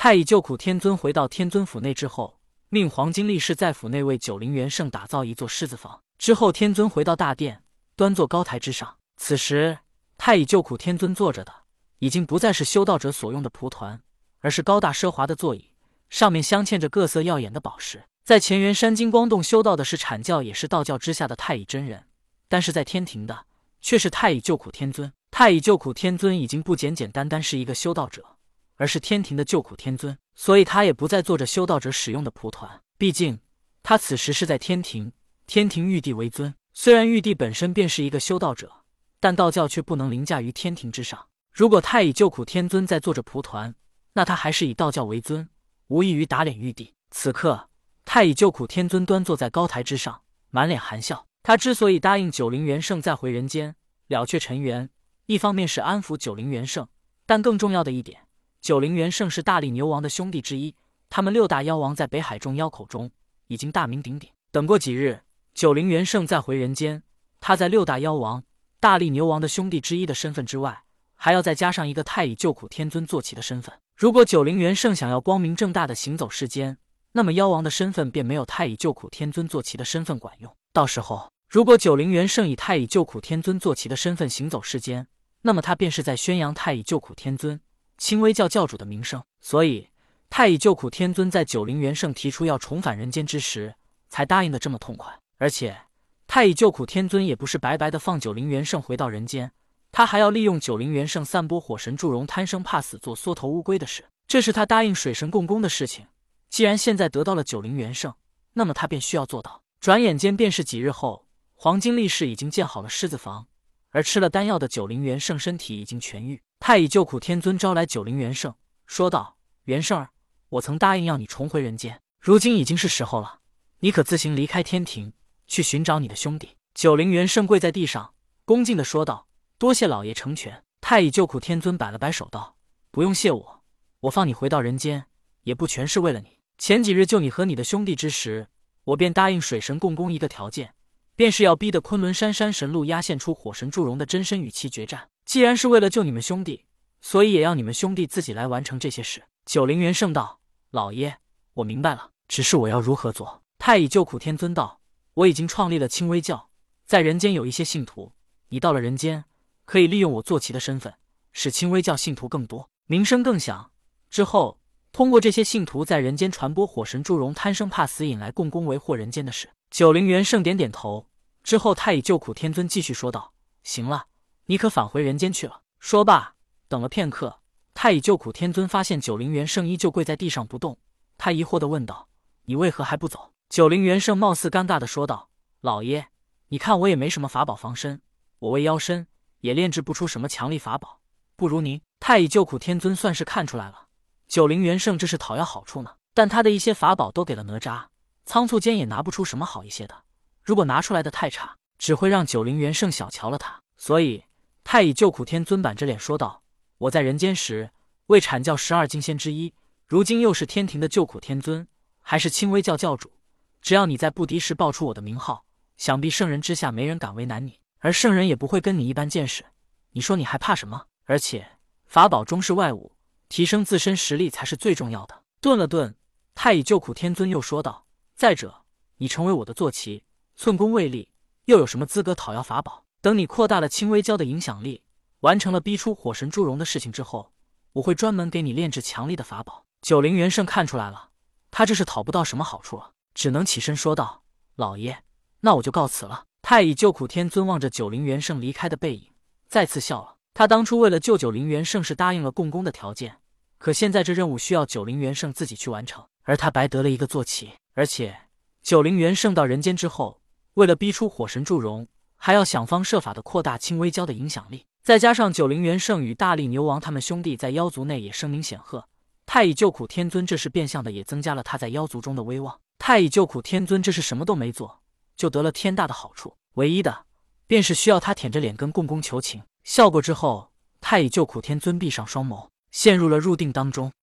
太乙救苦天尊回到天尊府内之后，命黄金力士在府内为九灵元圣打造一座狮子房。之后，天尊回到大殿，端坐高台之上。此时，太乙救苦天尊坐着的已经不再是修道者所用的蒲团，而是高大奢华的座椅，上面镶嵌着各色耀眼的宝石。在乾元山金光洞修道的是阐教也是道教之下的太乙真人，但是在天庭的却是太乙救苦天尊。太乙救苦天尊已经不简简单单是一个修道者，而是天庭的救苦天尊，所以他也不再坐着修道者使用的蒲团。毕竟他此时是在天庭，天庭玉帝为尊。虽然玉帝本身便是一个修道者，但道教却不能凌驾于天庭之上。如果太乙救苦天尊在坐着蒲团，那他还是以道教为尊，无异于打脸玉帝。此刻太乙救苦天尊端坐在高台之上，满脸含笑。他之所以答应九灵元圣再回人间了却尘缘，一方面是安抚九灵元圣，但更重要的一点，九灵元圣是大力牛王的兄弟之一，他们6大妖王在北海众妖口中已经大名鼎鼎。等过几日，九灵元圣再回人间，他在6大妖王、大力牛王的兄弟之一的身份之外，还要再加上一个太乙救苦天尊坐骑的身份。如果九灵元圣想要光明正大的行走世间，那么妖王的身份便没有太乙救苦天尊坐骑的身份管用。到时候，如果九灵元圣以太乙救苦天尊坐骑的身份行走世间，那么他便是在宣扬太乙救苦天尊清微教教主的名声。所以太乙救苦天尊在九灵元圣提出要重返人间之时，才答应的这么痛快。而且太乙救苦天尊也不是白白的放九灵元圣回到人间，他还要利用九灵元圣散播火神祝融贪生怕死做缩头乌龟的事，这是他答应水神共工的事情。既然现在得到了九灵元圣，那么他便需要做到。转眼间便是几日后，黄金力士已经建好了狮子房，而吃了丹药的九灵元圣身体已经痊愈。太乙救苦天尊招来九灵元圣，说道：元圣儿，我曾答应要你重回人间，如今已经是时候了，你可自行离开天庭，去寻找你的兄弟。九灵元圣跪在地上，恭敬地说道：多谢老爷成全。太乙救苦天尊摆了摆手道：不用谢我，我放你回到人间，也不全是为了你。前几日救你和你的兄弟之时，我便答应水神共工一个条件，便是要逼得昆仑山山神路压现出火神祝融的真身与其决战。既然是为了救你们兄弟，所以也要你们兄弟自己来完成这些事。九灵元圣道：老爷，我明白了，只是我要如何做？太乙救苦天尊道：我已经创立了清微教，在人间有一些信徒，你到了人间，可以利用我坐骑的身份，使清微教信徒更多，名声更响。之后通过这些信徒在人间传播火神祝融贪生怕死引来共工为祸人间的事。九灵元圣点点头，之后太乙救苦天尊继续说道：行了，你可返回人间去了。说罢，等了片刻，太乙救苦天尊发现九灵元圣依旧跪在地上不动，他疑惑地问道：你为何还不走？九灵元圣貌似尴尬地说道：老爷，你看我也没什么法宝防身，我为妖身也炼制不出什么强力法宝，不如您。太乙救苦天尊算是看出来了，九灵元圣这是讨要好处呢，但他的一些法宝都给了哪吒，仓促间也拿不出什么好一些的，如果拿出来的太差，只会让九灵元圣小瞧了他。所以太乙救苦天尊板着脸说道：我在人间时为阐教12金仙之一，如今又是天庭的救苦天尊，还是清微教教主，只要你在不敌时报出我的名号，想必圣人之下没人敢为难你，而圣人也不会跟你一般见识，你说你还怕什么？而且法宝终是外物，提升自身实力才是最重要的。顿了顿，太乙救苦天尊又说道：再者，你成为我的坐骑，寸功未立，又有什么资格讨要法宝？等你扩大了清微教的影响力，完成了逼出火神祝融的事情之后，我会专门给你炼制强力的法宝。九灵元圣看出来了，他这是讨不到什么好处了，只能起身说道：老爷，那我就告辞了。太乙救苦天尊望着九灵元圣离开的背影，再次笑了。他当初为了救九灵元圣是答应了共工的条件，可现在这任务需要九灵元圣自己去完成，而他白得了一个坐骑。而且九灵元圣到人间之后，为了逼出火神祝融，还要想方设法的扩大清微教的影响力，再加上九灵元圣与大力牛王他们兄弟在妖族内也声名显赫，太乙救苦天尊这是变相的也增加了他在妖族中的威望。太乙救苦天尊这是什么都没做，就得了天大的好处，唯一的便是需要他舔着脸跟共工求情。笑过之后，太乙救苦天尊闭上双眸，陷入了入定当中。